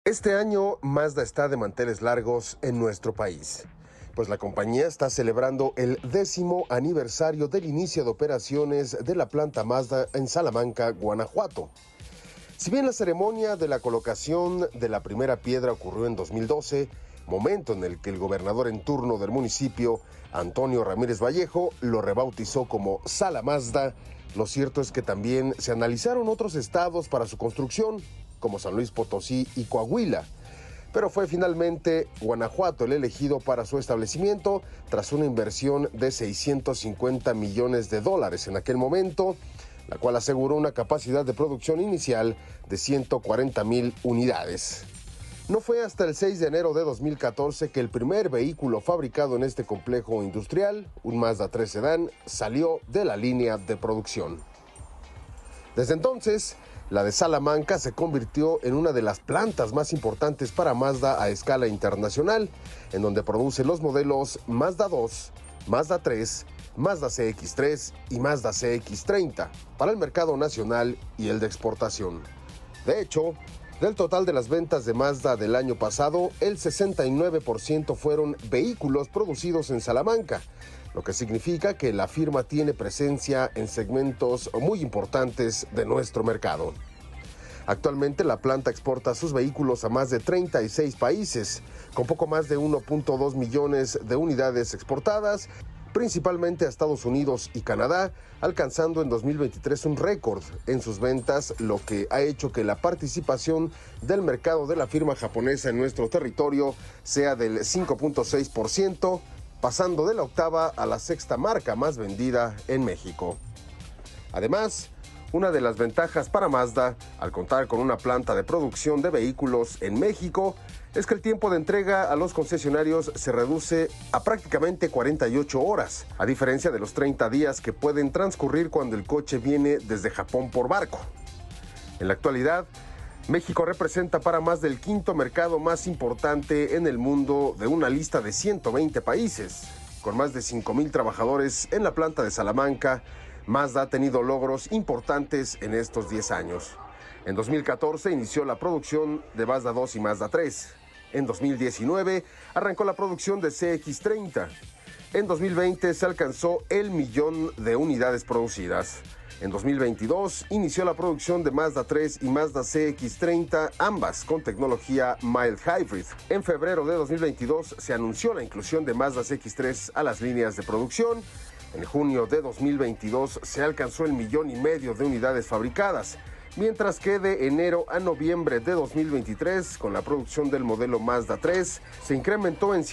Este año Mazda está de manteles largos en nuestro país, pues la compañía está celebrando el 10º aniversario del inicio de operaciones de la planta Mazda en Salamanca, Guanajuato. Si bien la ceremonia de la colocación de la primera piedra ocurrió en 2012, momento en el que el gobernador en turno del municipio, Antonio Ramírez Vallejo, lo rebautizó como Sala Mazda, lo cierto es que también se analizaron otros estados para su construcción, como San Luis Potosí y Coahuila. Pero fue finalmente Guanajuato el elegido para su establecimiento tras una inversión de $650 millones en aquel momento, la cual aseguró una capacidad de producción inicial de 140,000 unidades. No fue hasta el 6 de enero de 2014 que el primer vehículo fabricado en este complejo industrial, un Mazda 3 sedán, salió de la línea de producción. Desde entonces, la de Salamanca se convirtió en una de las plantas más importantes para Mazda a escala internacional, en donde produce los modelos Mazda 2, Mazda 3, Mazda CX-3 y Mazda CX-30 para el mercado nacional y el de exportación. De hecho, del total de las ventas de Mazda del año pasado, el 69% fueron vehículos producidos en Salamanca, lo que significa que la firma tiene presencia en segmentos muy importantes de nuestro mercado. Actualmente la planta exporta sus vehículos a más de 36 países, con poco más de 1.2 millones de unidades exportadas, principalmente a Estados Unidos y Canadá, alcanzando en 2023 un récord en sus ventas, lo que ha hecho que la participación del mercado de la firma japonesa en nuestro territorio sea del 5.6%, pasando de la octava a la sexta marca más vendida en México. Además, una de las ventajas para Mazda, al contar con una planta de producción de vehículos en México, es que el tiempo de entrega a los concesionarios se reduce a prácticamente 48 horas, a diferencia de los 30 días que pueden transcurrir cuando el coche viene desde Japón por barco. En la actualidad, México representa para Mazda el quinto mercado más importante en el mundo de una lista de 120 países. Con más de 5,000 trabajadores en la planta de Salamanca, Mazda ha tenido logros importantes en estos 10 años. En 2014 inició la producción de Mazda 2 y Mazda 3. En 2019 arrancó la producción de CX-30. En 2020 se alcanzó el 1,000,000 de unidades producidas. En 2022 inició la producción de Mazda 3 y Mazda CX-30, ambas con tecnología Mild Hybrid. En febrero de 2022 se anunció la inclusión de Mazda CX-3 a las líneas de producción. En junio de 2022 se alcanzó el 1,500,000 de unidades fabricadas, mientras que de enero a noviembre de 2023, con la producción del modelo Mazda 3, se incrementó en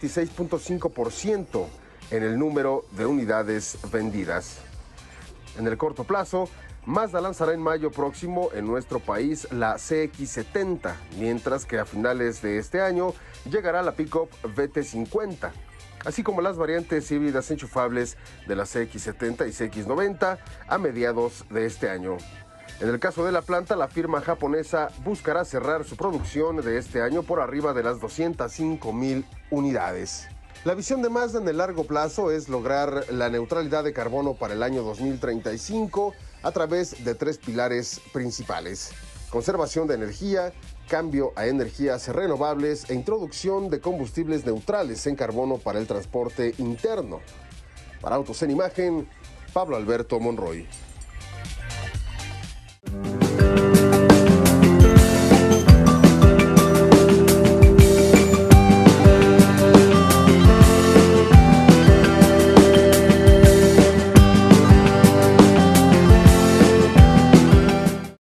126.5% en el número de unidades vendidas. En el corto plazo, Mazda lanzará en mayo próximo en nuestro país la CX-70, mientras que a finales de este año llegará la pick-up VT50, así como las variantes híbridas enchufables de la CX-70 y CX-90 a mediados de este año. En el caso de la planta, la firma japonesa buscará cerrar su producción de este año por arriba de las 205,000 unidades. La visión de Mazda en el largo plazo es lograr la neutralidad de carbono para el año 2035 a través de 3 pilares principales: conservación de energía, cambio a energías renovables e introducción de combustibles neutrales en carbono para el transporte interno. Para Autos en Imagen, Pablo Alberto Monroy.